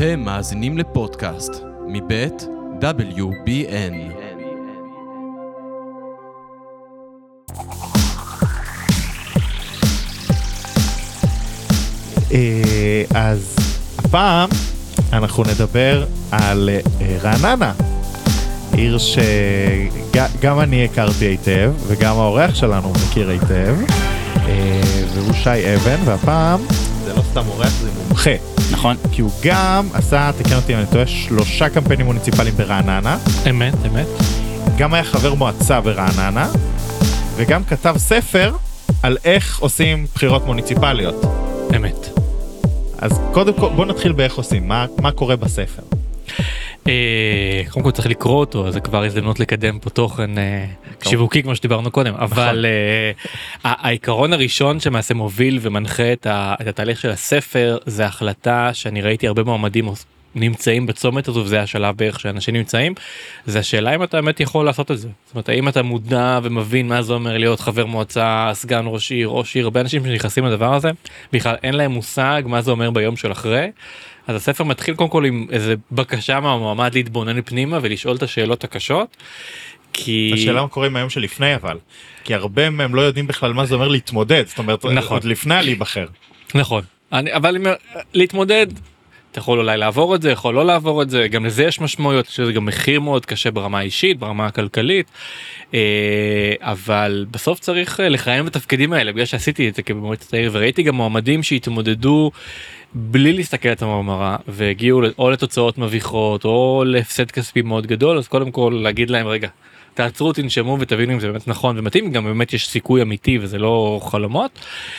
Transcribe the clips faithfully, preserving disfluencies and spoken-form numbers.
אתם מאזינים לפודקאסט מבית דאבליו בי אן. אז הפעם אנחנו נדבר על רעננה, עיר שגם אני הכרתי היטב וגם האורח שלנו מכיר היטב, והוא שי אבן, והפעם זה לא סתם אורח, זה מומחה. נכון. כי הוא גם עשה, תקן אותי אם אני טועה, שלושה קמפיינים מוניציפליים ברעננה. אמת, אמת. גם היה חבר מועצה ברעננה, וגם כתב ספר על איך עושים בחירות מוניציפליות. אמת. אז קודם כל, בוא נתחיל באיך עושים, מה, מה קורה בספר. קודם כל צריך לקרוא אותו, אז זה כבר הזדמנות לקדם פה תוכן שיווקי כמו שדיברנו קודם, אבל העיקרון הראשון שמעשה מוביל ומנחה את התהליך של הספר, זה החלטה שאני ראיתי הרבה מועמדים נמצאים בצומת הזו, וזה השלב בערך שאנשים נמצאים, זה השאלה אם אתה באמת יכול לעשות את זה. זאת אומרת, האם אתה מודע ומבין מה זה אומר להיות חבר מועצה, סגן ראש עיר, ראש עיר, הרבה אנשים שנכנסים לדבר הזה, בכלל אין להם מושג מה זה אומר ביום של אחרי. אז הספר מתחיל קודם כל עם איזה בקשה מהמועמד להתבונן פנימה ולשאול את השאלות הקשות. כי... השאלה מה קורה עם היום שלפני אבל, כי הרבה מהם לא יודעים בכלל מה זה אומר להתמודד, זאת אומרת, נכון. עוד לפני להיבחר. נכון, אני, אבל להתמודד, אתה יכול אולי לעבור את זה, יכול לא לעבור את זה, גם לזה יש משמעויות, שזה גם מחיר מאוד קשה ברמה האישית, ברמה הכלכלית, אבל בסוף צריך לכהן בתפקידים האלה, בגלל שעשיתי את זה כבמועצת העיר, וראיתי גם מועמדים שהתמודדו בלי להסתכל את המראה, והגיעו או לתוצאות מביכות, או להפסד כספי מאוד גדול, אז קודם כל להגיד להם, רגע, תעצרו, תנשמו ותבינו אם זה באמת נכון ומתאים, גם באמת יש סיכוי אמיתי וזה לא חלומות.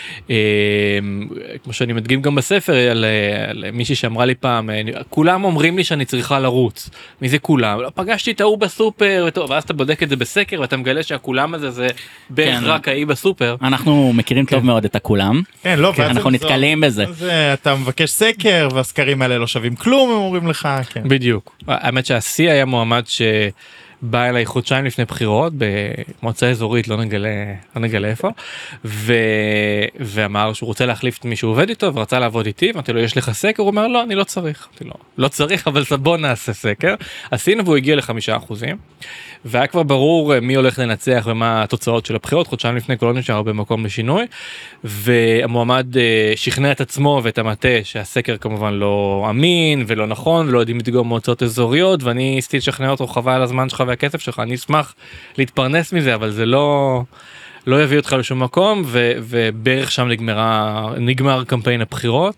כמו שאני מדגים גם בספר, על, על מישהי שאמרה לי פעם, כולם אומרים לי שאני צריכה לרוץ. מי זה כולם? לא, פגשתי את ההוא בסופר, ואז אתה בודק את זה בסקר, ואתה מגלה שהכולם הזה זה בערך כן. רק ההיא בסופר. אנחנו מכירים כן. טוב מאוד את הכולם. כן, לא, כן, אנחנו זה, נתקלים זה, בזה. זה, אתה מבקש סקר, והסקרים האלה לא שווים כלום, הם אומרים לך, כן. בדיוק. האמת שהשיא היה מועמד ש... בא אליי חודשיים לפני בחירות במועצה אזורית, לא נגלה, לא נגלה איפה, ו... ואמר שהוא רוצה להחליף את מי שהוא עובד איתו ורצה לעבוד איתי, ואמרתי לו, יש לך סקר? הוא אומר, לא, אני לא צריך. אמרתי לו, לא צריך, אבל בוא נעשה סקר. עשינו והוא הגיע לחמישה אחוזים, והיה כבר ברור מי הולך לנצח ומה התוצאות של הבחירות, חודשיים לפני כל עוד נשאר הרבה מקום לשינוי, והמועמד שכנע את עצמו ואת המטה שהסקר כמובן לא אמין ולא נכון, ולא יודעים לדגום מועצות אזוריות, ואני ניסיתי לשכנע אותו, חבל על הזמן שלך והכסף שלך, אני אשמח להתפרנס מזה, אבל זה לא, לא יביא אותך לשום מקום, ו, ובערך שם נגמרה, נגמר קמפיין הבחירות,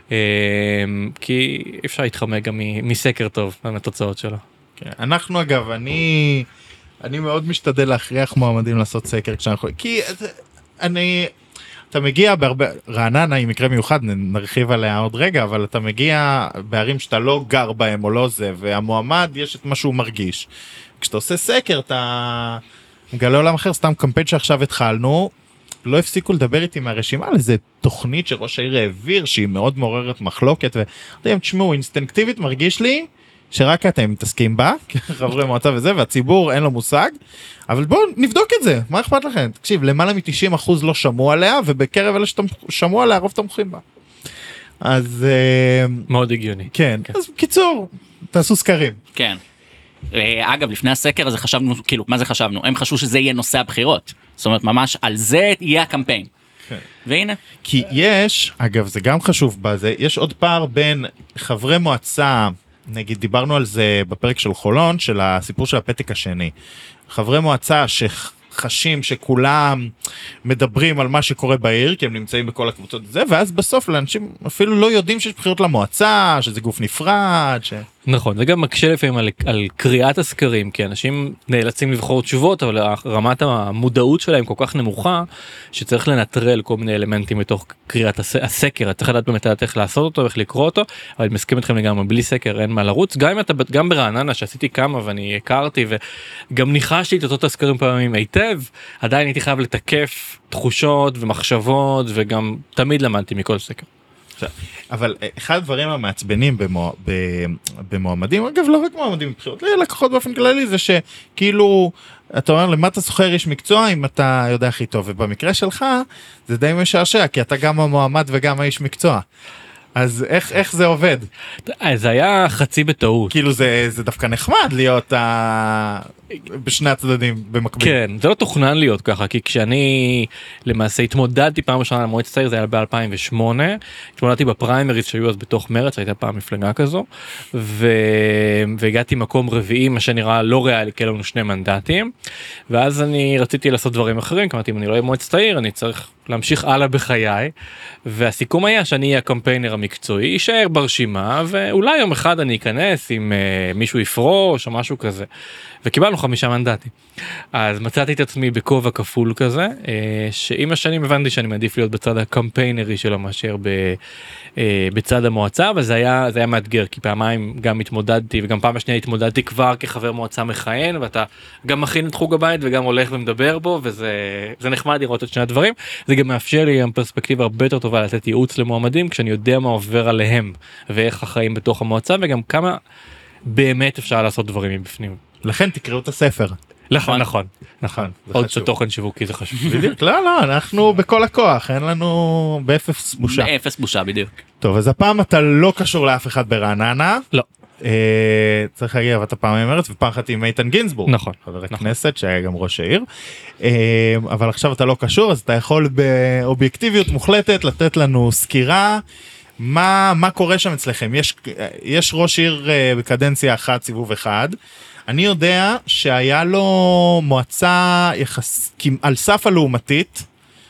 כי אפשר להתחמק גם מסקר טוב מהתוצאות שלו. כן, אנחנו אגב, אני, אני מאוד משתדל להכריח מועמדים לעשות סקר כשאנחנו, כי אני, אתה מגיע בהרבה, רעננה היא מקרה מיוחד, נרחיב עליה עוד רגע, אבל אתה מגיע בערים שאתה לא גר בהם או לא זה, והמועמד יש את מה שהוא מרגיש. כשאתה עושה סקר, אתה מגלה עולם אחר, סתם קמפיין שעכשיו התחלנו, לא הפסיקו לדבר איתי מהרשימה על איזה תוכנית שראש העיר העביר, שהיא מאוד מעוררת מחלוקת, ואתם תשמעו, אינסטינקטיבית מרגיש לי, שרק אתם מתעסקים בה, חברי מועצה וזה, והציבור אין לו מושג, אבל בואו נבדוק את זה, מה אכפת לכם? תקשיב, למעלה מ-תשעים אחוז לא שמעו עליה, ובקרב אלה ששמעו עליה, רוב תומכים בה. אז... מאוד הגיוני. כן, אז קיצור, תעשו סקרים. כן. אגב, לפני הסקר הזה חשבנו, כאילו, מה זה חשבנו? הם חשבו שזה יהיה נושא הבחירות. זאת אומרת, ממש על זה יהיה הקמפיין. והנה. כי יש, אגב, זה גם חשוב בזה, יש עוד פער בין חברי מועצה, נגיד דיברנו על זה בפרק של חולון, של הסיפור של הפתק השני. חברי מועצה שחשים שכולם מדברים על מה שקורה בעיר, כי הם נמצאים בכל הקבוצות הזה, ואז בסוף לאנשים אפילו לא יודעים שיש בחירות למועצה, שזה גוף נפרד, ש... נכון, זה גם מקשה לפעמים על, על קריאת הסקרים, כי אנשים נאלצים לבחור תשובות, אבל רמת המודעות שלהם כל כך נמוכה, שצריך לנטרל כל מיני אלמנטים מתוך קריאת הס, הסקר, צריך לדעת באמת איך לעשות אותו, איך לקרוא אותו, אבל אני מסכים אתכם לגמרי, בלי סקר אין מה לרוץ, גם אם אתה, גם ברעננה שעשיתי כמה ואני הכרתי, וגם ניחשתי את אותו הסקרים פעמים היטב, עדיין הייתי חייב לתקף תחושות ומחשבות, וגם תמיד למדתי מכל סקר. אבל אחד הדברים המעצבנים במוע... במועמדים, אגב לא רק מועמדים בבחירות, לקוחות באופן כללי, זה שכאילו, אתה אומר, למה אתה סוחר איש מקצוע אם אתה יודע הכי טוב, ובמקרה שלך זה די משעשע, כי אתה גם המועמד וגם האיש מקצוע. אז איך, איך זה עובד? זה היה חצי בטעות. כאילו זה, זה דווקא נחמד להיות ה... בשני הצדדים במקביל. כן, זה לא תוכנן להיות ככה, כי כשאני למעשה התמודדתי פעם ראשונה למועצת העיר, זה היה ב-אלפיים ושמונה, התמודדתי בפריימריז שהיו אז בתוך מרץ, הייתה פעם מפלגה כזו, ו... והגעתי מקום רביעי, מה שנראה לא ריאלי, כי לנו שני מנדטים, ואז אני רציתי לעשות דברים אחרים, כמובן אם אני לא אהיה מועצת העיר, אני צריך להמשיך הלאה בחיי, והסיכום היה שאני אהיה הקמפיינר המקצועי, יישאר ברשימה, ואולי יום אחד אני אכנס אם uh, מישהו יפרוש או משהו כזה, וקיבלנו חמישה מנדטים. אז מצאתי את עצמי בכובע כפול כזה, uh, שעם השנים הבנתי שאני מעדיף להיות בצד הקמפיינרי שלו מאשר ב, uh, בצד המועצה, וזה היה, זה היה מאתגר, כי פעמיים גם התמודדתי, וגם פעם השנייה התמודדתי כבר כחבר מועצה מכהן, ואתה גם מכין את חוג הבית וגם הולך ומדבר בו, וזה זה נחמד לראות את שני הדברים. זה גם מאפשר לי גם פרספקטיבה הרבה יותר טובה לתת ייעוץ למועמדים, כשאני יודע מה עובר עליהם, ואיך החיים בתוך המועצה, וגם כמה באמת אפשר לעשות דברים מבפנים. לכן תקראו את הספר. נכון, נכון, נכון. עוד קצת תוכן שיווקי זה חשוב. בדיוק, לא, לא, אנחנו בכל הכוח, אין לנו באפס בושה. באפס בושה, בדיוק. טוב, אז הפעם אתה לא קשור לאף אחד ברעננה. לא. צריך להגיד, אבל אתה פעם עם ארץ ופעם אחת עם איתן גינזבורג. נכון. חבר הכנסת שהיה גם ראש העיר. אבל עכשיו אתה לא קשור, אז אתה יכול באובייקטיביות מוחלטת לתת לנו סקירה. מה, מה קורה שם אצלכם? יש, יש ראש עיר בקדנציה אחת, סיבוב אחד. אני יודע שהיה לו מועצה יחס, על סף הלעומתית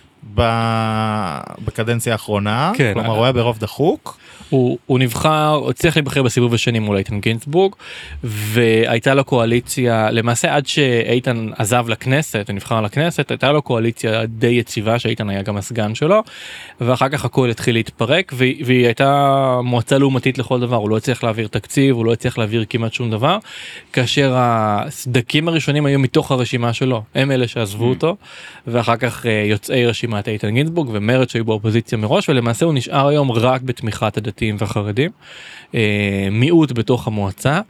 בקדנציה האחרונה, כן. כלומר הוא היה ברוב דחוק. הוא, הוא נבחר, הוא הצליח להיבחר בסיבוב השני מול איתן גינזבורג, והייתה לו קואליציה, למעשה עד שאיתן עזב לכנסת ונבחר לכנסת, הייתה לו קואליציה די יציבה, שאיתן היה גם הסגן שלו, ואחר כך הכל התחיל להתפרק, והיא, והיא הייתה מועצה לעומתית לכל דבר, הוא לא הצליח להעביר תקציב, הוא לא הצליח להעביר כמעט שום דבר, כאשר הסדקים הראשונים היו מתוך הרשימה שלו, הם אלה שעזבו אותו, ואחר כך יוצאי רשימת איתן גינזבורג ומרצ שהיו באופוזיציה מראש, ולמעשה הוא נשאר היום רק בתמיכת הדתיים והחרדים, מיעוט בתוך המועצה,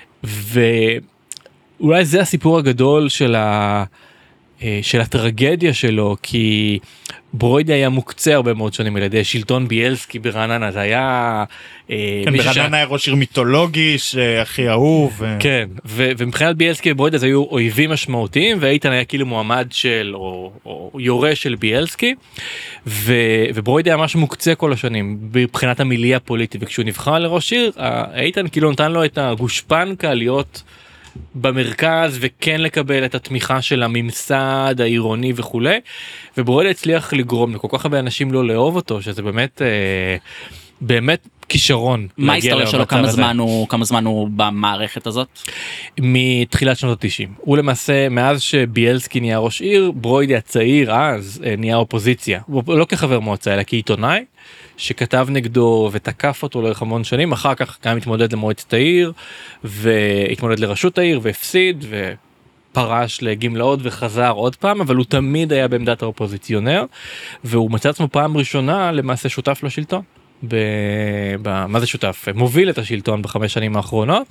ואולי זה הסיפור הגדול של ה... של הטרגדיה שלו, כי ברוידי היה מוקצה הרבה מאוד שנים על ידי שלטון ביאלסקי ברעננה, זה היה... כן, ברעננה היה ראש עיר מיתולוגי שהכי אהוב. כן, ומבחינת ביאלסקי וברוידי זה היו אויבים משמעותיים, ואיתן היה כאילו מועמד של, או יורש של ביאלסקי, וברוידי היה ממש מוקצה כל השנים, מבחינת המיליה הפוליטי, וכשהוא נבחר לראש עיר, איתן כאילו נתן לו את הגושפנקה להיות... במרכז וכן לקבל את התמיכה של הממסד העירוני וכולי, וברוידי הצליח לגרום לכל כך הרבה אנשים לא לאהוב אותו, שזה באמת אה, באמת כישרון. מה ההיסטוריה שלו? כמה זמן הוא, כמה זמן הוא במערכת הזאת? מתחילת שנות ה-תשעים. הוא למעשה, מאז שביאלסקי נהיה ראש עיר, ברוידי הצעיר אז נהיה אופוזיציה. לא כחבר מועצה, אלא כעיתונאי, שכתב נגדו ותקף אותו לאורך המון שנים, אחר כך גם התמודד למועצת העיר, והתמודד לראשות העיר, והפסיד, ופרש לגמלאות וחזר עוד פעם, אבל הוא תמיד היה בעמדת האופוזיציונר, והוא מצא עצמו פעם ראשונה למעשה שותף לשלטון. ב... ב... מה זה שותף? מוביל את השלטון בחמש שנים האחרונות,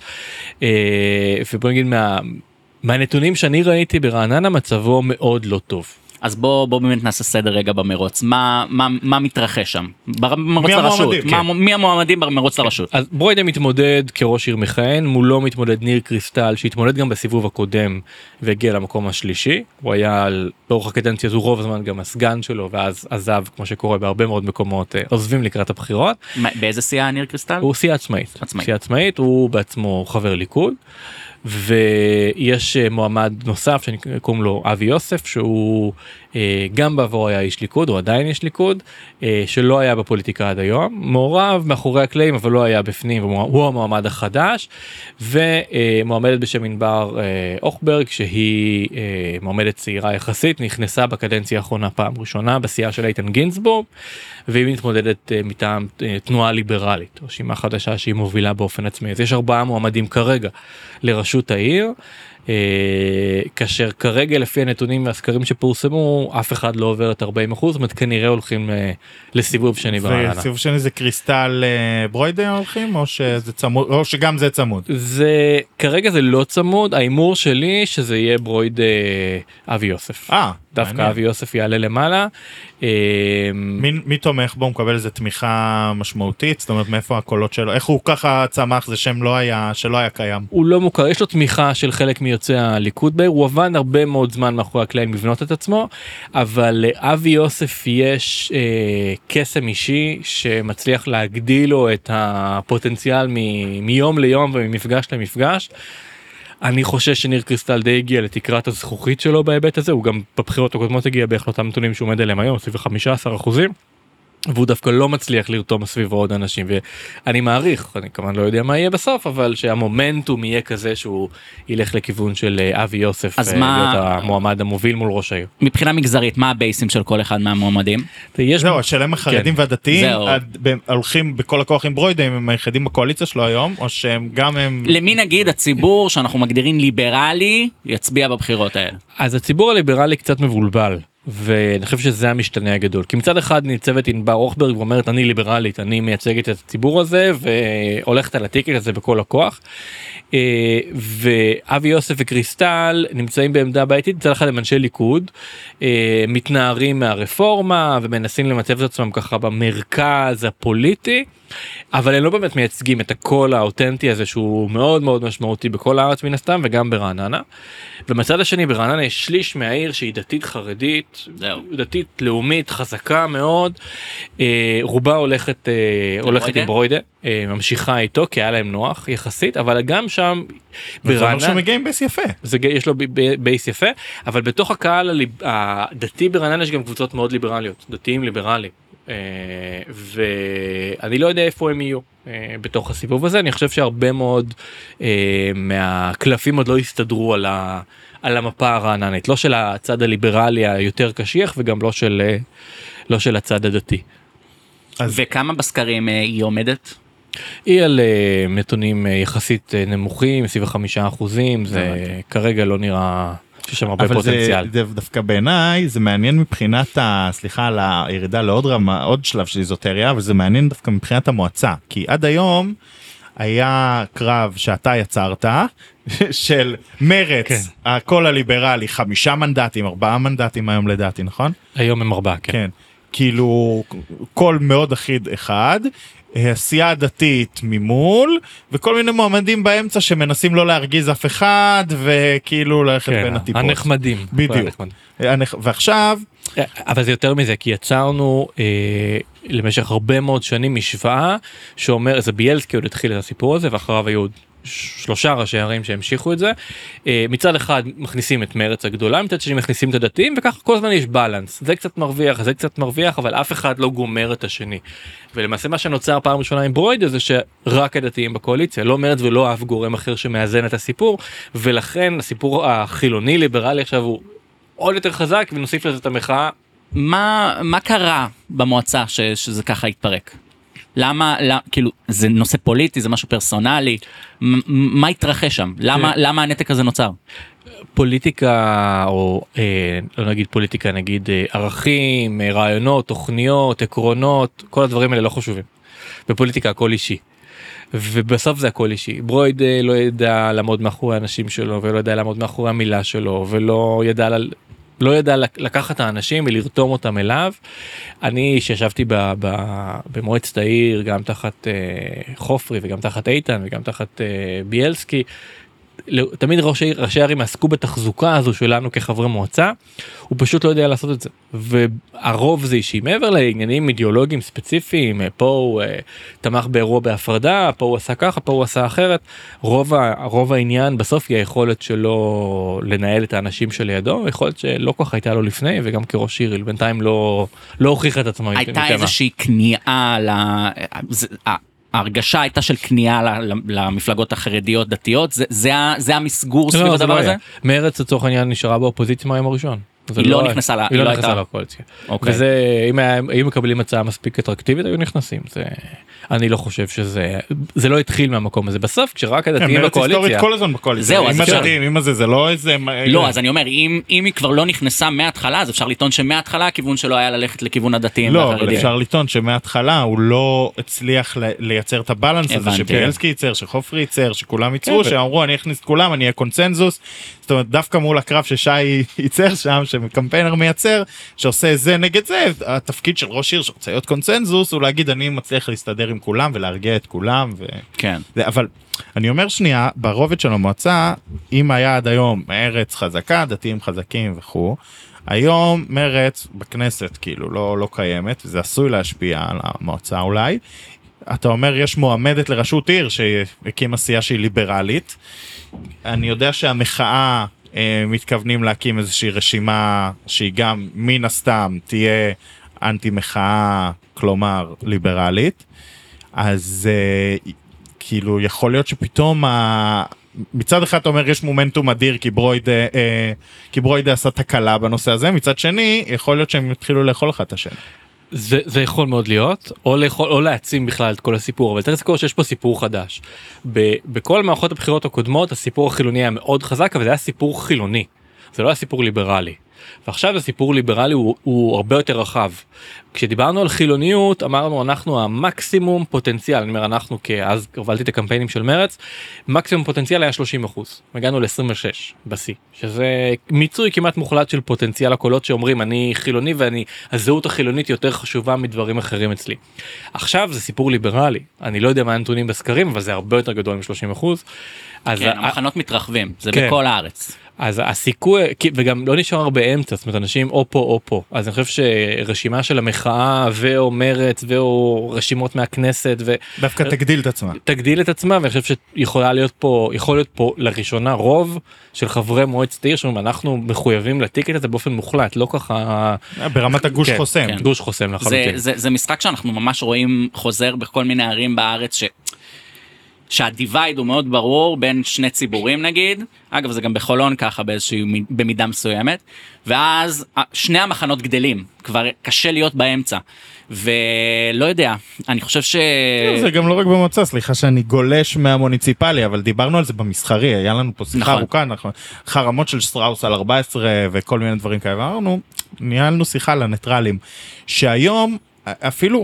ובוא נגיד מה... מהנתונים שאני ראיתי ברעננה מצבו מאוד לא טוב. אז בוא, בוא באמת נעשה סדר רגע במרוץ. מה, מה, מה מתרחש שם? במרוץ לרשות. מה, מי המועמדים במרוץ לרשות? אז ברוידי מתמודד כראש עיר מכהן, מולו מתמודד ניר קריסטל, שהתמודד גם בסיבוב הקודם והגיע למקום השלישי. הוא היה באורך הקדנציה הזו רוב הזמן גם הסגן שלו, ואז עזב, כמו שקורה בהרבה מאוד מקומות, עוזבים לקראת הבחירות. באיזה סיעה ניר קריסטל? הוא סיעה עצמאית. עצמאית. סיעה עצמאית, הוא בעצמו חבר ליכוד. ויש מועמד נוסף שקוראים לו אבי יוסף, שהוא גם בעבור היה איש ליכוד, הוא עדיין איש ליכוד, שלא היה בפוליטיקה עד היום, מעורב מאחורי הקלעים אבל לא היה בפנים, הוא המועמד החדש, ומועמדת בשם ענבר אוכברג, שהיא מועמדת צעירה יחסית, נכנסה בקדנציה האחרונה פעם ראשונה בסיעה של איתן גינזבורג, והיא מתמודדת מטעם תנועה ליברלית, רשימה חדשה שהיא מובילה באופן עצמי. אז יש ארבעה מועמדים כרגע לראשות העיר, כאשר כרגע לפי הנתונים והסקרים שפורסמו, אף אחד לא עובר את ארבעים אחוז, זאת אומרת כנראה הולכים לסיבוב שני ברעננה. וסיבוב שני זה קריסטל ברוידה הולכים, או שזה צמוד, או שגם זה צמוד? זה, כרגע זה לא צמוד, האימור שלי שזה יהיה ברויד אבי יוסף. אה, דווקא אבי יוסף יעלה למעלה. מי, מי תומך בו? מקבל איזה תמיכה משמעותית? זאת אומרת, מאיפה הקולות שלו? איך הוא ככה צמח? זה שם לא היה, שלא היה קיים. הוא לא מוכר, יש לו תמיכה של חלק מיוצאי הליכוד בעיר, הוא עבד הרבה מאוד זמן מאחורי הקלעים לבנות את עצמו, אבל לאבי יוסף יש אה, קסם אישי שמצליח להגדיל לו את הפוטנציאל מ- מיום ליום וממפגש למפגש. אני חושש שניר קריסטל די הגיע לתקרת הזכוכית שלו בהיבט הזה, הוא גם בבחירות הקודמות הגיע בערך לאותם נתונים שהוא עומד עליהם היום, סביב חמישה עשר אחוזים, והוא דווקא לא מצליח לרתום סביבו עוד אנשים, ואני מעריך, אני כמובן לא יודע מה יהיה בסוף, אבל שהמומנטום יהיה כזה שהוא ילך לכיוון של אבי יוסף, להיות מה... המועמד המוביל מול ראש העיר. מבחינה מגזרית, מה הבייסים של כל אחד מהמועמדים? זהו, השאלה אם החרדים כן. והדתיים הולכים בכל הכוח עם ברוידה, אם הם היחידים בקואליציה שלו היום, או שהם גם הם... למי נגיד הציבור שאנחנו מגדירים ליברלי, יצביע בבחירות האלה? אז הציבור הליברלי קצת מבולבל. ואני חושב שזה המשתנה הגדול, כי מצד אחד ניצבת ענבר רוחברג ואומרת אני ליברלית, אני מייצגת את הציבור הזה והולכת על הטיקט הזה בכל הכוח, ואבי יוסף וקריסטל נמצאים בעמדה בעייתית, מצד אחד הם אנשי ליכוד, מתנערים מהרפורמה ומנסים למצב את עצמם ככה במרכז הפוליטי, אבל הם לא באמת מייצגים את הקול האותנטי הזה שהוא מאוד מאוד משמעותי בכל הארץ מן הסתם וגם ברעננה. ומצד השני ברעננה יש שליש מהעיר שהיא דתית חרדית, דתית לאומית חזקה מאוד, רובה הולכת הולכת עם ברוידה, ממשיכה איתו כי היה להם נוח יחסית, אבל גם שם ברעננה זה שמגיע עם בייס יפה, זה יש לו בייס יפה, אבל בתוך הקהל הדתי ברעננה יש גם קבוצות מאוד ליברליות, דתיים ליברליים. ואני לא יודע איפה הם יהיו בתוך הסיבוב הזה, אני חושב שהרבה מאוד מהקלפים עוד לא הסתדרו על ה... על המפה הרעננית, לא של הצד הליברלי היותר קשיח וגם לא של לא של הצד הדתי. אז... וכמה בסקרים היא עומדת? היא על נתונים יחסית נמוכים, סביב חמישה אחוזים, זה כרגע לא נראה שיש שם הרבה פוטנציאל. אבל זה דווקא בעיניי, זה מעניין מבחינת, ה, סליחה, על הירידה לעוד רמה, עוד שלב של איזוטריה, אבל זה מעניין דווקא מבחינת המועצה, כי עד היום היה קרב שאתה יצרת, של מרץ, כן. הקול הליברלי, חמישה מנדטים, ארבעה מנדטים היום לדעתי, נכון? היום הם ארבעה, כן. כן. כאילו, קול מאוד אחיד אחד, עשייה דתית ממול, וכל מיני מועמדים באמצע שמנסים לא להרגיז אף אחד, וכאילו ללכת כן, בין הטיפות. הנחמדים. בדיוק. הנח... ועכשיו... אבל זה יותר מזה, כי יצרנו אה, למשך הרבה מאוד שנים משוואה, שאומר, זה ביאלסקי עוד התחיל את הסיפור הזה, ואחריו היו שלושה ראשי ערים שהמשיכו את זה. אה, מצד אחד מכניסים את מרץ הגדולה, מצד שני מכניסים את הדתיים, וכך כל הזמן יש בלנס. זה קצת מרוויח, זה קצת מרוויח, אבל אף אחד לא גומר את השני. ולמעשה מה שנוצר פעם ראשונה עם ברוידה, זה שרק הדתיים בקואליציה, לא מרץ ולא אף גורם אחר שמאזן את הסיפור, ולכן הסיפור החילוני ליברלי עכשיו הוא עוד יותר חזק, ונוסיף לזה את המחאה. מה, מה קרה במועצה ש, שזה ככה התפרק? למה, למה, כאילו, זה נושא פוליטי, זה משהו פרסונלי, מה, מה התרחש שם? למה, למה הנתק הזה נוצר? פוליטיקה, או אה, לא נגיד פוליטיקה, נגיד אה, ערכים, אה, רעיונות, תוכניות, עקרונות, כל הדברים האלה לא חשובים. בפוליטיקה הכל אישי. ובסוף זה הכל אישי. ברויד לא ידע לעמוד מאחורי האנשים שלו, ולא ידע לעמוד מאחורי המילה שלו, ולא ידע, לא ידע לקחת את האנשים ולרתום אותם אליו. אני שישבתי ב, ב, במועצת העיר, גם תחת אה, חופרי, וגם תחת איתן, וגם תחת אה, ביאלסקי, תמיד ראשי, ראשי ערים עסקו בתחזוקה הזו שלנו כחברי מועצה, הוא פשוט לא יודע לעשות את זה, והרוב זה אישי, מעבר לעניינים אידיאולוגיים ספציפיים, פה הוא uh, תמך באירוע בהפרדה, פה הוא עשה ככה, פה הוא עשה אחרת, רוב, רוב העניין בסוף היא היכולת שלו לנהל את האנשים שלידו, היכולת שלא כל כך הייתה לו לפני, וגם כראש עיר, בינתיים לא, לא הוכיח את עצמו. הייתה איזושהי כניעה ל... זה... ההרגשה הייתה של כניעה למפלגות החרדיות דתיות, זה, זה, זה המסגור סביב הדבר הזה? מרץ לצורך העניין נשארה באופוזיציה מהיום הראשון. זה היא לא נכנסה ל- היא היא לא לא נכנסה הייתה- לקואליציה. אוקיי. וזה, אם היה- היו מקבלים הצעה מספיק אטרקטיבית, היו נכנסים. זה, אני לא חושב שזה, זה לא התחיל מהמקום הזה. בסוף, כשרק כן, הדתיים מרץ היסטורית בקואליציה, כל הזמן בקואליציה. זהו, אז עם אפשר- הדתיים, עם הזה, זה לא איזה... לא, אז אני אומר, אם, אם היא כבר לא נכנסה מההתחלה, אז אפשר לטעון שמההתחלה הכיוון שלו היה ללכת לכיוון הדתיים לא, אבל והחרדים. אפשר לטעון שמההתחלה הוא לא הצליח ל- לייצר את הבלנס הזה, הבנתי. שביילסקי ייצר, שחופרי ייצר, שכולם ייצרו, כן, שאמרו אני אכניס את כולם, אני אהיה קונצנזוס. זאת אומרת, דווקא מול הקרב ששי ייצר שם, שקמפיינר מייצר, שעושה זה נגד זה, התפקיד של ראש עיר שרוצה להיות קונצנזוס, הוא להגיד אני מצליח להסתדר עם כולם ולהרגיע את כולם. ו... כן. זה, אבל אני אומר שנייה, ברובד של המועצה, אם היה עד היום מרץ חזקה, דתיים חזקים וכו', היום מרץ בכנסת כאילו לא, לא קיימת, וזה עשוי להשפיע על המועצה אולי. אתה אומר יש מועמדת לראשות עיר שהקימה סיעה שהיא ליברלית. אני יודע שהמחאה אה, מתכוונים להקים איזושהי רשימה שהיא גם מן הסתם תהיה אנטי מחאה, כלומר ליברלית. אז אה, כאילו יכול להיות שפתאום ה... מצד אחד אתה אומר יש מומנטום אדיר כי ברוידה, אה, כי ברוידה עשה תקלה בנושא הזה, מצד שני יכול להיות שהם יתחילו לאכול לך את השני. זה, זה יכול מאוד להיות, או, לאכול, או להעצים בכלל את כל הסיפור, אבל צריך לזכור שיש פה סיפור חדש. ב, בכל מערכות הבחירות הקודמות הסיפור החילוני היה מאוד חזק, אבל זה היה סיפור חילוני, זה לא היה סיפור ליברלי. ועכשיו הסיפור ליברלי הוא, הוא הרבה יותר רחב. כשדיברנו על חילוניות אמרנו אנחנו המקסימום פוטנציאל, אני אומר אנחנו כאז הובלתי את הקמפיינים של מרץ, מקסימום פוטנציאל היה שלושים אחוז, הגענו ל-עשרים ושש בשיא, שזה מיצוי כמעט מוחלט של פוטנציאל הקולות שאומרים אני חילוני ואני, הזהות החילונית יותר חשובה מדברים אחרים אצלי. עכשיו זה סיפור ליברלי, אני לא יודע מה הנתונים בסקרים, אבל זה הרבה יותר גדול מ-שלושים אחוז. כן, המחנות מתרחבים, זה כן. בכל הארץ. אז הסיכוי, וגם לא נשאר הרבה אמצע, זאת אומרת אנשים או פה או פה, אז אני חושב שרשימה של המחאה ואו מרץ ואו רשימות מהכנסת ו... דווקא תגדיל את עצמה. תגדיל את עצמה, ואני חושב שיכולה להיות פה, יכול להיות פה לראשונה רוב של חברי מועצת העיר, שאומרים אנחנו מחויבים לטיקט הזה באופן מוחלט, לא ככה... ברמת הגוש כן, חוסם. כן. גוש חוסם זה, לחלוטין. זה, זה משחק שאנחנו ממש רואים חוזר בכל מיני ערים בארץ ש... שהדיווייד הוא מאוד ברור בין שני ציבורים נגיד, אגב זה גם בחולון ככה באיזושהי במידה מסוימת, ואז שני המחנות גדלים, כבר קשה להיות באמצע, ולא יודע, אני חושב ש... זה גם לא רק במועצה, סליחה שאני גולש מהמוניציפלי, אבל דיברנו על זה במסחרי, היה לנו פה שיחה ארוכה, נכון, חרמות של שטראוס על ארבע עשרה וכל מיני דברים כאלה, אמרנו, ניהלנו שיחה לניטרלים, שהיום אפילו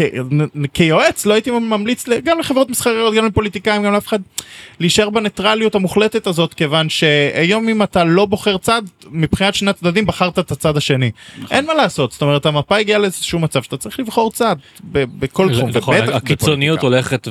כיועץ לא הייתי ממליץ גם לחברות מסחריות, גם לפוליטיקאים, גם לאף אחד להישאר בניטרליות המוחלטת הזאת, כיוון שהיום אם אתה לא בוחר צד, מבחינת שני הצדדים בחרת את הצד השני. אין מה לעשות, זאת אומרת המפה הגיעה לאיזשהו מצב שאתה צריך לבחור צד בכל תחום. הקיצוניות הולכת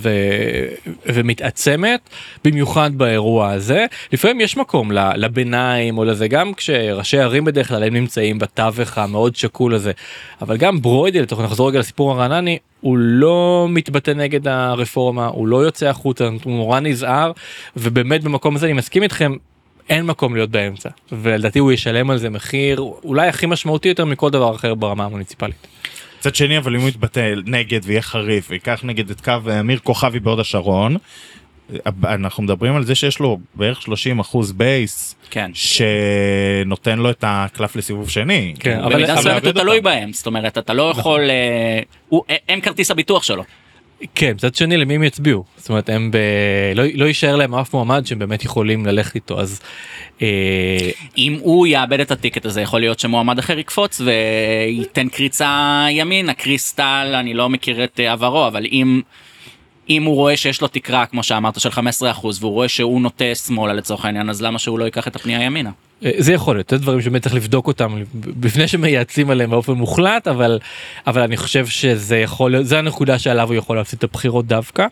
ומתעצמת, במיוחד באירוע הזה. לפעמים יש מקום לביניים או לזה, גם כשראשי ערים בדרך כלל הם נמצאים בתווך המאוד שקול הזה, אבל גם ברוידי, לתוך נחזור רגע לסיפור הרענני, הוא לא מתבטא נגד הרפורמה, הוא לא יוצא החוצה, הוא נורא נזהר, ובאמת במקום הזה אני מסכים איתכם, אין מקום להיות באמצע, ולדעתי הוא ישלם על זה מחיר, אולי הכי משמעותי יותר מכל דבר אחר ברמה המוניציפלית. צד שני, אבל אם הוא יתבטא נגד ויהיה חריף, ויקח נגד את קו אמיר כוכבי בהוד השרון, אנחנו מדברים על זה שיש לו בערך שלושים אחוז בייס, כן. שנותן לו את הקלף לסיבוב שני. כן, אבל במידה מסוימת הוא תלוי בהם, זאת אומרת, אתה לא יכול, הם כרטיס הביטוח שלו. כן, מצד שני למי הם יצביעו, זאת אומרת הם ב... לא, לא יישאר להם אף מועמד שהם באמת יכולים ללכת איתו, אז אה... אם הוא יאבד את הטיקט הזה, יכול להיות שמועמד אחר יקפוץ וייתן קריצה ימין, הקריסטל, אני לא מכיר את עברו, אבל אם אם הוא רואה שיש לו תקרה, כמו שאמרת, של חמישה עשר אחוז, והוא רואה שהוא נוטה שמאלה לצורך העניין, אז למה שהוא לא ייקח את הפנייה ימינה? זה יכול להיות, זה דברים שבאמת צריך לבדוק אותם בפני שמייעצים עליהם באופן מוחלט, אבל, אבל אני חושב שזה יכול להיות, זה הנקודה שעליו הוא יכול להפסיד את הבחירות דווקא,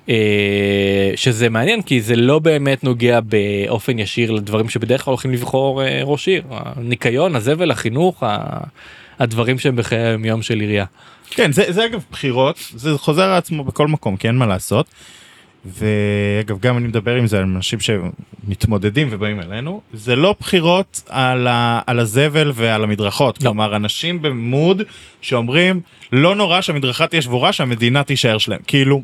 שזה מעניין כי זה לא באמת נוגע באופן ישיר לדברים שבדרך כלל הולכים לבחור ראש עיר, הניקיון, הזבל, החינוך, הדברים שהם בחיי היום של עירייה. כן, זה, זה אגב בחירות, זה חוזר על עצמו בכל מקום, כי אין מה לעשות. ואגב, גם אני מדבר עם זה על אנשים שמתמודדים ובאים אלינו, זה לא בחירות על, ה, על הזבל ועל המדרכות, לא. כלומר, אנשים במוד שאומרים, לא נורא שהמדרכה תהיה שבורה, שהמדינה תישאר שלהם. כאילו,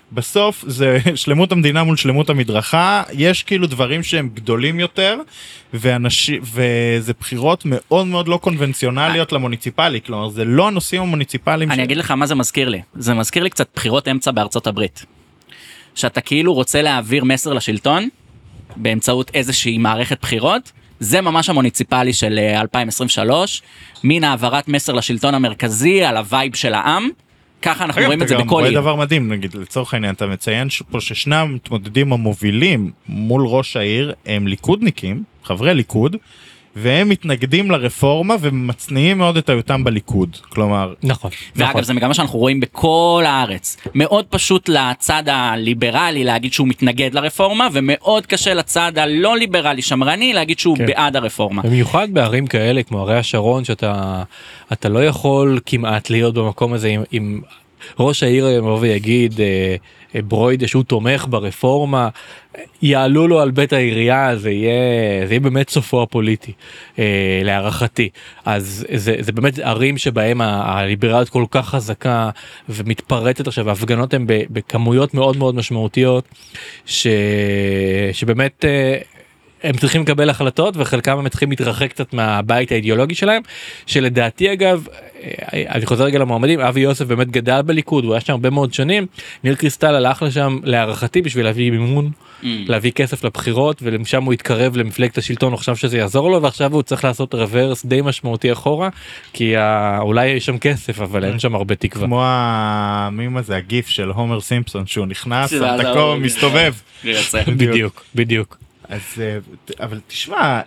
בסוף זה שלמות המדינה מול שלמות המדרכה, יש כאילו דברים שהם גדולים יותר, ואנשים, וזה בחירות מאוד מאוד לא קונבנציונליות למוניציפלי, כלומר זה לא הנושאים המוניציפליים. אני ש... אגיד לך מה זה מזכיר לי, זה מזכיר לי קצת בחירות אמצע בארצות הברית, שאתה כאילו רוצה להעביר מסר לשלטון, באמצעות איזושהי מערכת בחירות, זה ממש המוניציפלי של אלפיים עשרים ושלוש, מין העברת מסר לשלטון המרכזי על הווייב של העם, ככה אנחנו רואים את זה בכל עיר. עיר. דבר מדהים, נגיד, לצורך העניין, אתה מציין פה ששנם מתמודדים המובילים מול ראש העיר, הם ליכודניקים, חברי ליכוד, והם מתנגדים לרפורמה ומצניעים מאוד את היותם בליכוד, כלומר... נכון. ואגב, נכון. זה מגמה שאנחנו רואים בכל הארץ. מאוד פשוט לצד הליברלי להגיד שהוא מתנגד לרפורמה, ומאוד קשה לצד הלא ליברלי שמרני להגיד שהוא כן. בעד הרפורמה. במיוחד בערים כאלה כמו ערי השרון, שאתה אתה לא יכול כמעט להיות במקום הזה עם, עם ראש העיר יבוא ויגיד אה, ברוידה שהוא תומך ברפורמה, יעלו לו על בית העירייה, זה יהיה, זה יהיה באמת סופו הפוליטי, אה, להערכתי. אז זה, זה באמת ערים שבהם הליברליות כל כך חזקה ומתפרצת עכשיו, ההפגנות הן בכמויות מאוד מאוד משמעותיות, ש, שבאמת... אה, הם צריכים לקבל החלטות, וחלקם הם צריכים להתרחק קצת מהבית האידיאולוגי שלהם, שלדעתי אגב, אני חוזר רגע למועמדים, אבי יוסף באמת גדל בליכוד, הוא היה שם הרבה מאוד שנים, ניר קריסטל הלך לשם להערכתי בשביל להביא מימון, mm. להביא כסף לבחירות, ומשם הוא התקרב למפלגת השלטון, הוא חשב שזה יעזור לו, ועכשיו הוא צריך לעשות רוורס די משמעותי אחורה, כי ה... אולי יש שם כסף, אבל אין שם הרבה תקווה. כמו המים הזה, הגיף של הומר סימפסון, שהוא נכנס, דקו מסתובב. בדיוק, בדיוק. אז, אבל תשמע,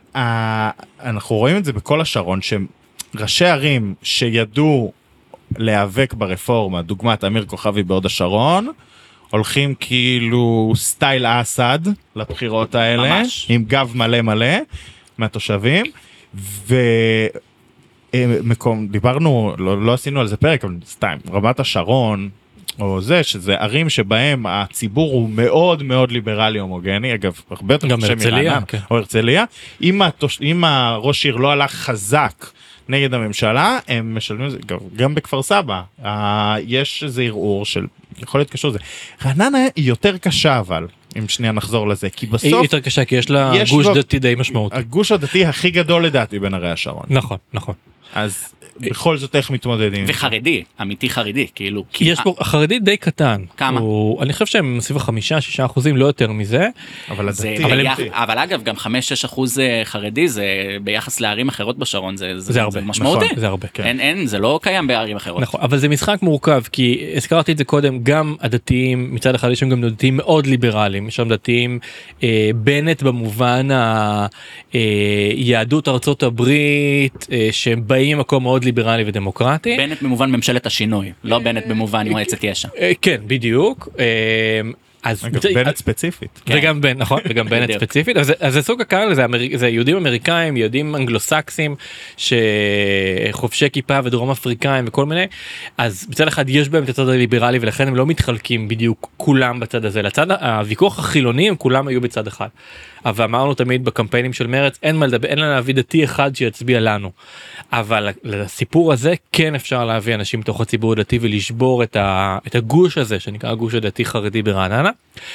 אנחנו רואים את זה בכל השרון, שראשי ערים שידעו להיאבק ברפורמה, דוגמת אמיר כוכבי בהוד השרון, הולכים כאילו סטייל אסד לבחירות האלה, ממש. עם גב מלא מלא מהתושבים, ומקום, דיברנו, לא, לא עשינו על זה פרק, אבל סתם, רמת השרון, או זה, שזה ערים שבהם הציבור הוא מאוד מאוד ליברלי הומוגני, אגב, הרבה יותר גם הרצליה, כן. או הרצליה, אם, התוש... אם הראש עיר לא הלך חזק נגד הממשלה, הם משלמים את זה, גם בכפר סבא, ה... יש איזה ערעור של, יכול להיות קשור לזה. רעננה היא יותר קשה אבל, אם שנייה נחזור לזה, כי בסוף... היא יותר קשה, כי יש לה יש גוש לו... דתי די משמעותי. הגוש הדתי הכי גדול לדעתי בין ערי השרון. נכון, נכון. אז... בכל זאת איך מתמודדים. וחרדי, אמיתי חרדי, כאילו. יש פה חרדי די קטן. כמה? אני חושב שהם סביב החמישה, שישה אחוזים, לא יותר מזה. אבל הדתי. אבל אגב, גם חמש, שש אחוז חרדי, זה ביחס לערים אחרות בשרון, זה משמעותי. זה הרבה. אין, אין, זה לא קיים בערים אחרות. נכון, אבל זה משחק מורכב, כי הזכרתי את זה קודם, גם הדתיים, מצד אחד יש שם גם דתיים מאוד ליברליים, יש שם דתיים, בנט במובן היהדות ארצות הברית, שהם באים ממקום מאוד ליברלי ודמוקרטי. בנט במובן ממשלת השינוי, לא בנט במובן מועצת יש"ע. כן, בדיוק. אז בנט ספציפית. וגם בנט, נכון, וגם בנט ספציפית. אז זה סוג הקהל, זה יהודים אמריקאים, יהודים אנגלוסקסים, שחובשי כיפה ודרום אפריקאים וכל מיני. אז בצד אחד יש בהם את הצד הליברלי, ולכן הם לא מתחלקים בדיוק כולם בצד הזה. לצד הוויכוח החילוני, הם כולם היו בצד אחד. אבל אמרנו תמיד בקמפיינים של מרץ, אין מה לדבר, אין לה להביא דתי אחד שיצביע לנו. אבל לסיפור הזה כן אפשר להביא אנשים מתוך הציבור הדתי ולשבור את, ה, את הגוש הזה, שנקרא הגוש הדתי חרדי ברעננה.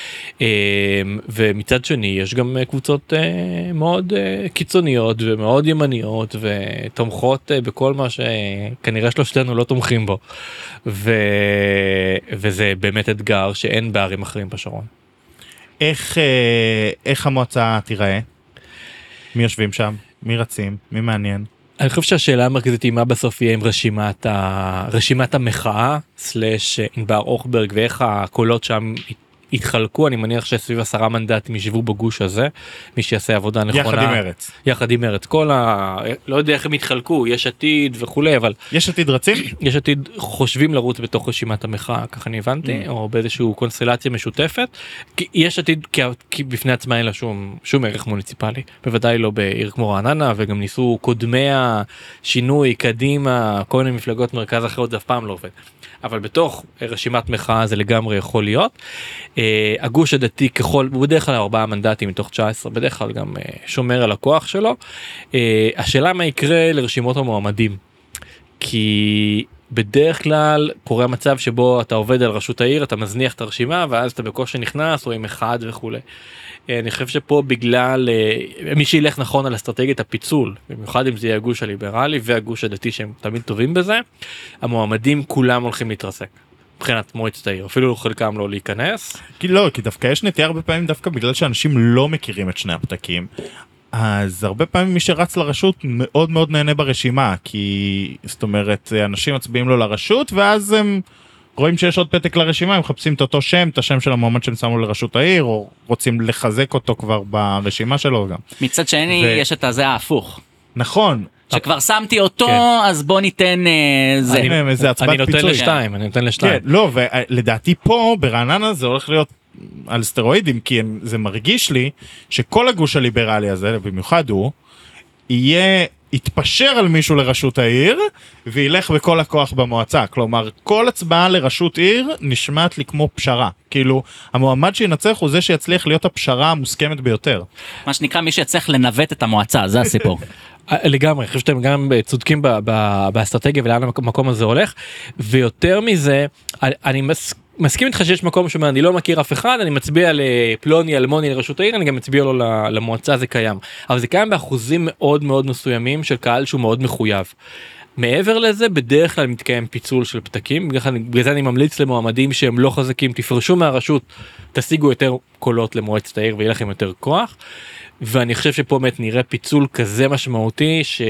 ומצד שני, יש גם קבוצות מאוד קיצוניות ומאוד ימניות ותומכות בכל מה שכנראה שלושתנו לא תומכים בו. ו, וזה באמת אתגר שאין בערים אחרים בשרון. איך, איך המועצה תיראה? מי יושבים שם? מי רצים? מי מעניין? אני חושב שהשאלה המרכזית היא מה בסוף יהיה עם רשימת, ה... רשימת המחאה, סלש ענבר אוכברג, ואיך הקולות שם התחלקו. אני מניח שסביב עשרה מנדטים ישבו בגוש הזה, מי שיעשה עבודה נכונה. יחד עם מרץ. יחד עם מרץ. כל ה... לא יודע איך הם התחלקו, יש עתיד וכולי, אבל... יש עתיד רצים? יש עתיד חושבים לרוץ בתוך רשימת המחאה, ככה אני הבנתי, mm. או באיזשהו קונסטלציה משותפת. כי יש עתיד, כי, כי בפני עצמה אין לה שום, שום ערך מוניציפלי. בוודאי לא בעיר כמו רעננה, וגם ניסו קודמי השינוי, קדימה, כל מיני מפלגות מרכז אחרות, זה אף פעם לא עובד. אבל בתוך רשימת מחאה זה לגמרי יכול להיות. הגוש הדתי ככל, הוא בדרך כלל ארבעה מנדטים מתוך תשע עשרה, בדרך כלל גם שומר על הכוח שלו. השאלה מה יקרה לרשימות המועמדים. כי בדרך כלל קורה מצב שבו אתה עובד על רשות העיר, אתה מזניח את הרשימה, ואז אתה בקושי נכנס, או עם אחד וכולי. אני חושב שפה בגלל, מי שילך נכון על אסטרטגיית הפיצול, במיוחד אם זה יהיה הגוש הליברלי והגוש הדתי שהם תמיד טובים בזה, המועמדים כולם הולכים להתרסק. מבחינת מועצת העיר, אפילו חלקם לא להיכנס. כי לא, כי דווקא יש נטייה הרבה פעמים דווקא בגלל שאנשים לא מכירים את שני הפתקים. אז הרבה פעמים מי שרץ לרשות מאוד מאוד נהנה ברשימה, כי זאת אומרת, אנשים מצביעים לו לרשות, ואז הם רואים שיש עוד פתק לרשימה, הם מחפשים את אותו שם, את השם של המועמד שהם שמו לרשות העיר, או רוצים לחזק אותו כבר ברשימה שלו גם. מצד שני, ו... יש את הזה ההפוך. נכון. שכבר שמתי אותו, כן. אז בוא ניתן uh, זה. אני, אני נותן פיצוי. לשתיים, אני נותן לשתיים. כן, לא, ולדעתי פה, ברעננה, זה הולך להיות על סטרואידים, כי זה מרגיש לי שכל הגוש הליברלי הזה, במיוחד הוא, יהיה, יתפשר על מישהו לרשות העיר, וילך בכל הכוח במועצה. כלומר, כל הצבעה לרשות עיר נשמעת לי כמו פשרה. כאילו, המועמד שינצח הוא זה שיצליח להיות הפשרה המוסכמת ביותר. מה שנקרא, מי שיצליח לנווט את המועצה, זה הסיפור. לגמרי, אני חושב שאתם גם צודקים באסטרטגיה ולאן המקום הזה הולך, ויותר מזה, אני מסכים איתך שיש מקום שאומר, אני לא מכיר אף אחד, אני מצביע לפלוני, אלמוני לרשות העיר, אני גם מצביע לו למועצה, זה קיים. אבל זה קיים באחוזים מאוד מאוד מסוימים של קהל שהוא מאוד מחויב. מעבר לזה, בדרך כלל מתקיים פיצול של פתקים, בגלל זה אני ממליץ למועמדים שהם לא חזקים, תפרשו מהרשות, תשיגו יותר קולות למועצת העיר ויהיה לכם יותר כוח, ואני חושב שפה באמת נראה פיצול כזה משמעותי ש...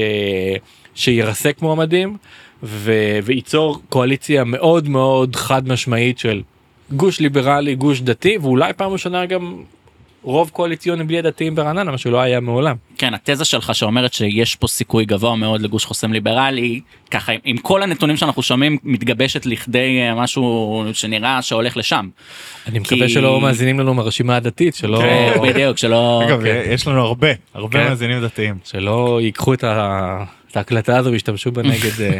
שירסק מועמדים, ו... וייצור קואליציה מאוד מאוד חד משמעית של גוש ליברלי, גוש דתי, ואולי פעם ראשונה גם רוב קואליציוני בלי הדתיים ברעננה, מה שלא היה מעולם. כן, התזה שלך שאומרת שיש פה סיכוי גבוה מאוד לגוש חוסם ליברלי, ככה עם כל הנתונים שאנחנו שומעים, מתגבשת לכדי משהו שנראה שהולך לשם. אני מקווה שלא מאזינים לנו מהרשימה הדתית, שלא... כן, בדיוק, שלא... אגב, יש לנו הרבה, הרבה מאזינים דתיים. שלא ייקחו את ההקלטה הזו וישתמשו בנגד...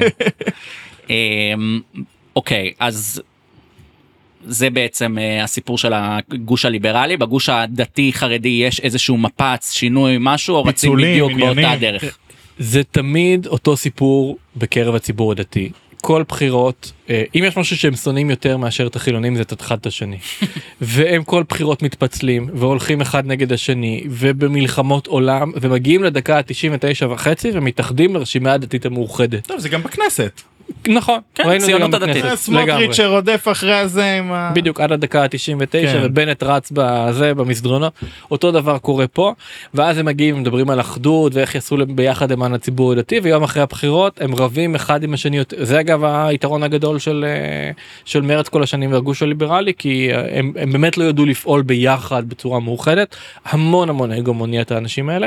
אוקיי, אז... זה בעצם uh, הסיפור של הגוש הליברלי. בגוש הדתי חרדי יש איזשהו מפץ, שינוי, משהו, או רצים בדיוק באותה דרך? זה תמיד אותו סיפור בקרב הציבור הדתי. כל בחירות, uh, אם יש משהו שהם שונאים יותר מאשר את החילונים, זה את אחד את השני. והם כל בחירות מתפצלים, והולכים אחד נגד השני, ובמלחמות עולם, ומגיעים לדקה ה-תשעים ותשע וחצי, ומתאחדים לרשימה הדתית המאוחדת. טוב, זה גם בכנסת. נכון, כן, ציונות הדתית. סמוטריץ' שרודף אחרי הזה עם ה... בדיוק, עד הדקה ה-תשעים ותשע, ובנט רץ בזה, במסדרונות. אותו דבר קורה פה, ואז הם מגיעים, מדברים על אחדות, ואיך יעשו ביחד למען הציבור הדתי, ויום אחרי הבחירות, הם רבים אחד עם השני. זה אגב היתרון הגדול של, של מרץ כל השנים והגוש הליברלי, כי הם, הם באמת לא ידעו לפעול ביחד בצורה מאוחדת, המון המון הגמוניה את האנשים האלה,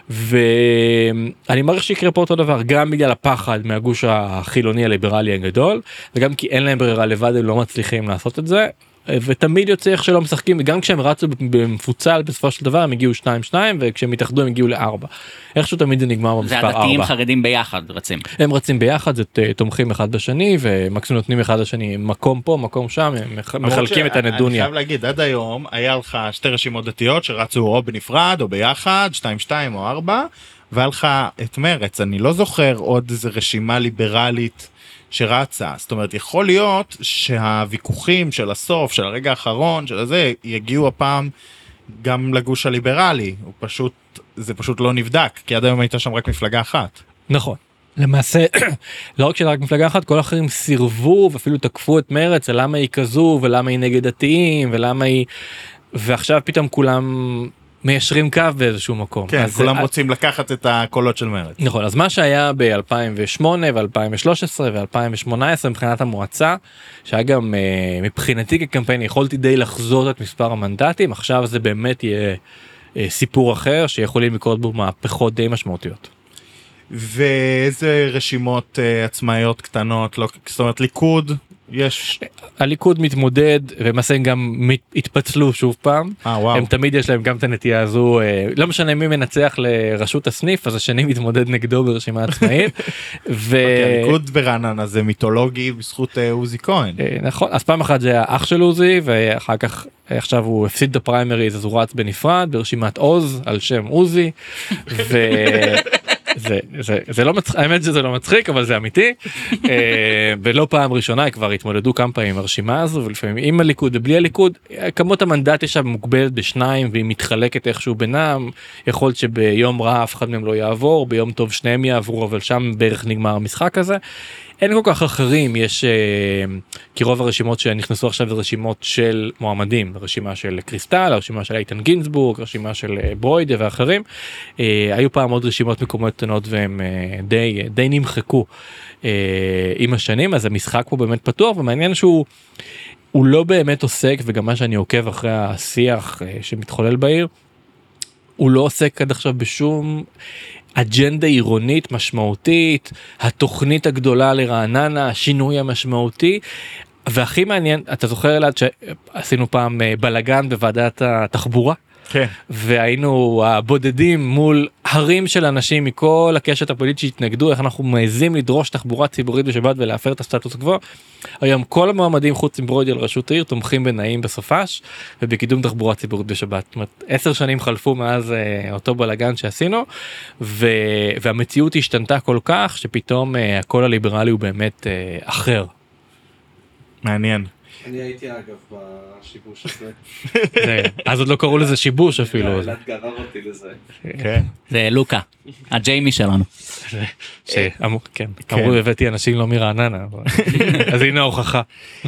ואני מעריך שיקרה פה אותו דבר, גם בגלל הפחד מהגוש החילוני הליברלי הגדול, וגם כי אין להם ברירה לבד, הם לא מצליחים לעשות את זה, ותמיד יוצא איך שלא משחקים, וגם כשהם רצו במפוצל בסופו של דבר, הם הגיעו שתיים שתיים, וכשהם התאחדו הם הגיעו לארבע. איכשהו תמיד זה נגמר במספר ארבע. זה הדתיים חרדים ביחד רצים. הם רצים ביחד, זה תומכים אחד בשני, ומקסימום נותנים אחד לשני מקום פה, מקום שם, הם מחלקים את הנדוניה. אני חייב להגיד, עד היום היה לך שתי רשימות דתיות שרצו או בנפרד או ביחד, שתיים שתיים או ארבע, והיה לך את מרץ, אני לא זוכר עוד איזו רשימה ליברלית שרצה, זאת אומרת, יכול להיות שהוויכוחים של הסוף, של הרגע האחרון, של הזה, יגיעו הפעם גם לגוש הליברלי, הוא פשוט, זה פשוט לא נבדק, כי עד היום הייתה שם רק מפלגה אחת. נכון. למעשה, לא רק שלה רק מפלגה אחת, כל האחרים סירבו ואפילו תקפו את מרץ, למה היא כזו, ולמה היא נגד דתיים, ולמה היא... ועכשיו פתאום כולם... מיישרים קו באיזשהו מקום. כן, כולם זה... רוצים לקחת את הקולות של מרץ. נכון, אז מה שהיה ב-אלפיים ושמונה ו-אלפיים ושלוש עשרה ו-אלפיים ושמונה עשרה מבחינת המועצה, שהיה גם אה, מבחינתי כקמפיין, יכולתי די לחזות את מספר המנדטים, עכשיו זה באמת יהיה אה, סיפור אחר, שיכולים לקרות בו מהפכות די משמעותיות. ואיזה רשימות אה, עצמאיות קטנות, לא, זאת אומרת ליכוד, יש... הליכוד מתמודד, ומעשה גם התפצלו שוב פעם. אה, וואו. הם תמיד יש להם גם את הנטייה הזו, לא משנה מי מנצח לרשות הסניף, אז השני מתמודד נגדו ברשימה עצמאית. ו... הליכוד ברעננה זה מיתולוגי בזכות עוזי כהן. נכון, אז פעם אחת זה היה אח של עוזי, ואחר כך, עכשיו הוא הפסיד את הפריימריז, אז הוא רץ בנפרד, ברשימת עוז, על שם עוזי, ו... זה, זה, זה לא מצחיק, האמת שזה לא מצחיק, אבל זה אמיתי. ולא פעם ראשונה כבר התמודדו כמה פעמים עם הרשימה הזו, ולפעמים עם הליכוד ובלי הליכוד, כמות המנדט יש שם מוגבלת בשניים, והיא מתחלקת איכשהו בינם, יכול להיות שביום רע אף אחד מהם לא יעבור, ביום טוב שניהם יעברו, אבל שם בערך נגמר המשחק הזה. אין כל כך אחרים, יש, כי רוב הרשימות שנכנסו עכשיו זה רשימות של מועמדים, רשימה של קריסטל, רשימה של איתן גינזבורג, רשימה של ברוידה ואחרים, היו פעם עוד רשימות מקומות קטנות והם די, די נמחקו עם השנים, אז המשחק פה באמת פתוח, ומעניין שהוא הוא לא באמת עוסק, וגם מה שאני עוקב אחרי השיח שמתחולל בעיר, הוא לא עוסק עד עכשיו בשום אג'נדה עירונית משמעותית, התוכנית הגדולה לרעננה, השינוי המשמעותי, והכי מעניין, אתה זוכר אלעד שעשינו פעם בלגן בוועדת התחבורה? כן. והיינו הבודדים מול הרים של אנשים מכל הקשת הפוליטית שהתנגדו, איך אנחנו מעזים לדרוש תחבורה ציבורית בשבת ולהפר את הסטטוס קוו. היום כל המועמדים חוץ מברוידי על ראשות העיר תומכים בנעים בסופש ובקידום תחבורה ציבורית בשבת. זאת אומרת, עשר שנים חלפו מאז אה, אותו בלגן שעשינו, ו... והמציאות השתנתה כל כך שפתאום אה, הקול הליברלי הוא באמת אה, אחר. מעניין. אני הייתי אגב בשיבוש הזה. אז עוד לא קראו לזה שיבוש אפילו. אלעד גרר אותי לזה. כן. זה לוקה, הג'יימי שלנו. שאמרו, כן, אמרו הבאתי אנשים לא מרעננה, אז הנה ההוכחה.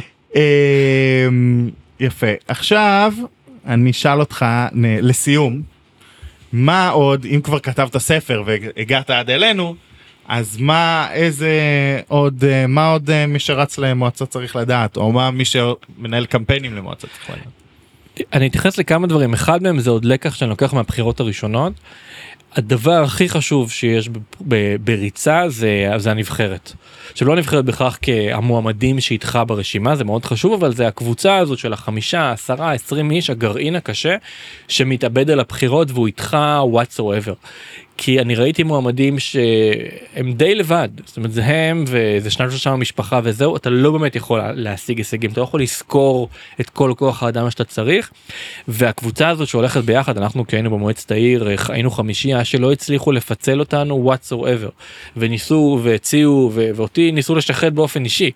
יפה, עכשיו אני אשאל אותך לסיום, מה עוד, אם כבר כתבת ספר והגעת עד אלינו, אז מה, איזה עוד, מה עוד מי שרץ למועצה צריך לדעת, או מה מי שמנהל קמפיינים למועצה צריך לדעת? אני אתייחס לכמה דברים, אחד מהם זה עוד לקח שאני לוקח מהבחירות הראשונות, הדבר הכי חשוב שיש בריצה זה, זה הנבחרת. שלא נבחרת בכך כהמועמדים שאיתך ברשימה, זה מאוד חשוב, אבל זה הקבוצה הזאת של החמישה, עשרה, עשרים איש, הגרעין הקשה, שמתאבד על הבחירות והוא איתך whatsoever. כי אני ראיתי מועמדים שהם די לבד, זאת אומרת זה הם וזה שניים שלושה המשפחה וזהו, אתה לא באמת יכול להשיג הישגים, אתה לא יכול לזכור את כל כוח האדם שאתה צריך, והקבוצה הזאת שהולכת ביחד, אנחנו כי היינו במועצת העיר, היינו חמישייה שלא הצליחו לפצל אותנו whatsoever, וניסו והציעו ואותי ניסו לשחד באופן אישי,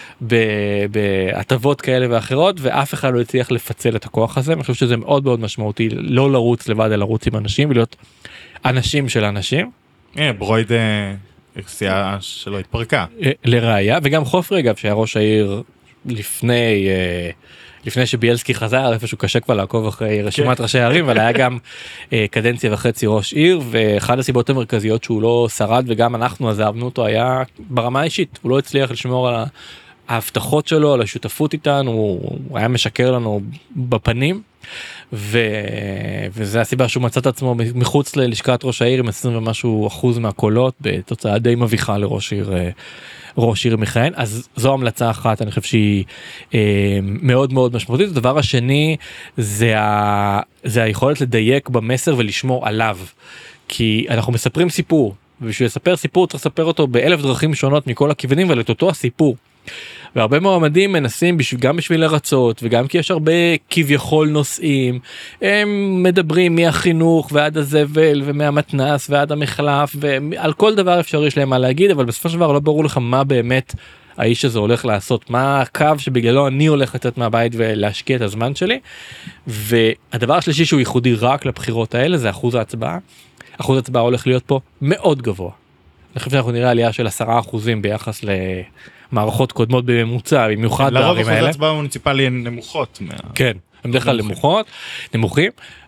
בהטבות כאלה ואחרות, ואף אחד לא הצליח לפצל את הכוח הזה. אני חושב שזה מאוד מאוד משמעותי, לא לרוץ לבד, אלא לרוץ עם אנשים, ולהיות אנשים של אנשים. ברויד סיעה שלא התפרקה. לראיה, וגם חופרי אגב, שהיה ראש העיר לפני, לפני שביאלסקי חזר, איפשהו קשה כבר לעקוב אחרי רשימת ראשי הערים, אבל היה גם קדנציה וחצי ראש עיר, ואחד הסיבות המרכזיות שהוא לא שרד, וגם אנחנו עזבנו אותו, היה ברמה האישית, הוא לא הצליח לשמור על ההבטחות שלו, על השותפות איתנו, הוא היה משקר לנו בפנים, ו... וזה הסיבה שהוא מצא את עצמו מחוץ ללשכת ראש העיר עם עשרים ומשהו אחוז מהקולות, בתוצאה די מביכה לראש עיר, ראש עיר מכהן. אז זו המלצה אחת, אני חושב שהיא אה, מאוד מאוד משמעותית. הדבר השני זה, ה... זה היכולת לדייק במסר ולשמור עליו, כי אנחנו מספרים סיפור, ובשביל לספר סיפור צריך לספר אותו באלף דרכים שונות מכל הכיוונים, אבל את אותו הסיפור. והרבה מועמדים מנסים בשביל, גם בשביל לרצות וגם כי יש הרבה כביכול נושאים, הם מדברים מהחינוך ועד הזבל ומהמתנס ועד המחלף ועל כל דבר אפשר יש להם מה להגיד, אבל בסופו של דבר לא ברור לך מה באמת האיש הזה הולך לעשות, מה הקו שבגללו אני הולך לצאת מהבית ולהשקיע את הזמן שלי. והדבר השלישי שהוא ייחודי רק לבחירות האלה זה אחוז ההצבעה. אחוז ההצבעה הולך להיות פה מאוד גבוה. אני חושב שאנחנו נראה עלייה של עשרה אחוזים ביחס למערכות קודמות בממוצע, במיוחד בערים האלה. לרוב אחוז ההצבעה המוניציפלי הן נמוכות. כן, הם בדרך כלל נמוכות, נמוכים,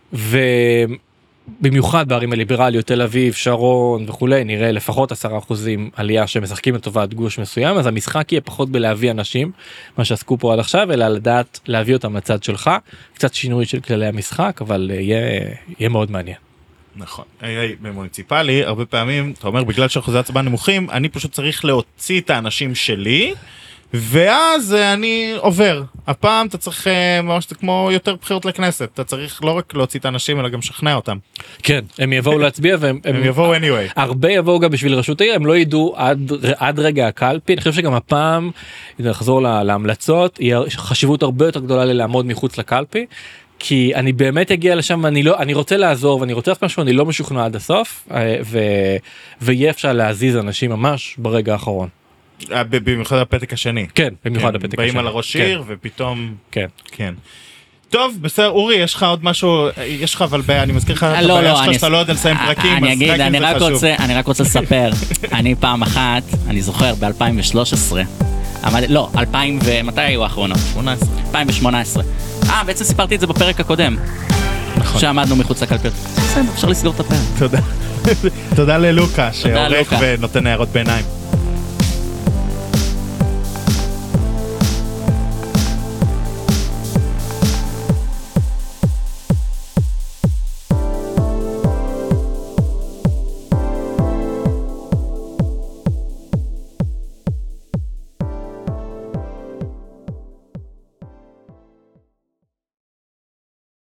ובמיוחד בערים הליברליות, תל אביב, שרון וכולי, נראה לפחות עשרה אחוזים עלייה שמשחקים לטובת גוש מסוים, אז המשחק יהיה פחות בלהביא אנשים, מה שעסקו פה עד עכשיו, אלא לדעת להביא אותם לצד שלך, קצת שינוי של כללי המשחק, אבל יהיה, יהיה מאוד מעניין. נכון, במוניציפלי הרבה פעמים אתה אומר בגלל שאחוזי הצבעה נמוכים אני פשוט צריך להוציא את האנשים שלי ואז אני עובר. הפעם אתה צריך ממש כמו יותר בחירות לכנסת, אתה צריך לא רק להוציא את האנשים אלא גם שכנע אותם. כן, הם יבואו להצביע והם הם יבואו anyway. הרבה יבואו גם בשביל רשות העיר, הם לא ידעו עד, עד רגע הקלפי. אני חושב שגם הפעם, אם נחזור לה, להמלצות, היא חשיבות הרבה יותר גדולה ללעמוד מחוץ לקלפי, כי אני באמת אגיע לשם, אני לא, אני רוצה לעזור ואני רוצה לעשות משהו, אני לא משוכנע עד הסוף, ו, ויהיה אפשר להזיז אנשים ממש ברגע האחרון. במיוחד הפתק השני. כן, במיוחד הפתק השני. באים על הראש עיר ופתאום... כן. כן. טוב, בסדר, אורי, יש לך עוד משהו, יש לך אבל בעיה, אני מזכיר לך את הבעיה שלך שאתה לא יודע לסיים פרקים, אני אז אגיד, טרקים זה חשוב. אני רק רוצה לספר, אני פעם אחת, אני זוכר, ב-אלפיים ושלוש עשרה, לא, אלפיים ומתי היו האחרונות? אלפיים ושמונה עשרה. אה, בעצם סיפרתי את זה בפרק הקודם. נכון. שעמדנו מחוץ לקלפיות. בסדר, אפשר לסגור את הפרק. תודה. תודה ללוקה, שעורך ונותן הערות ביניים.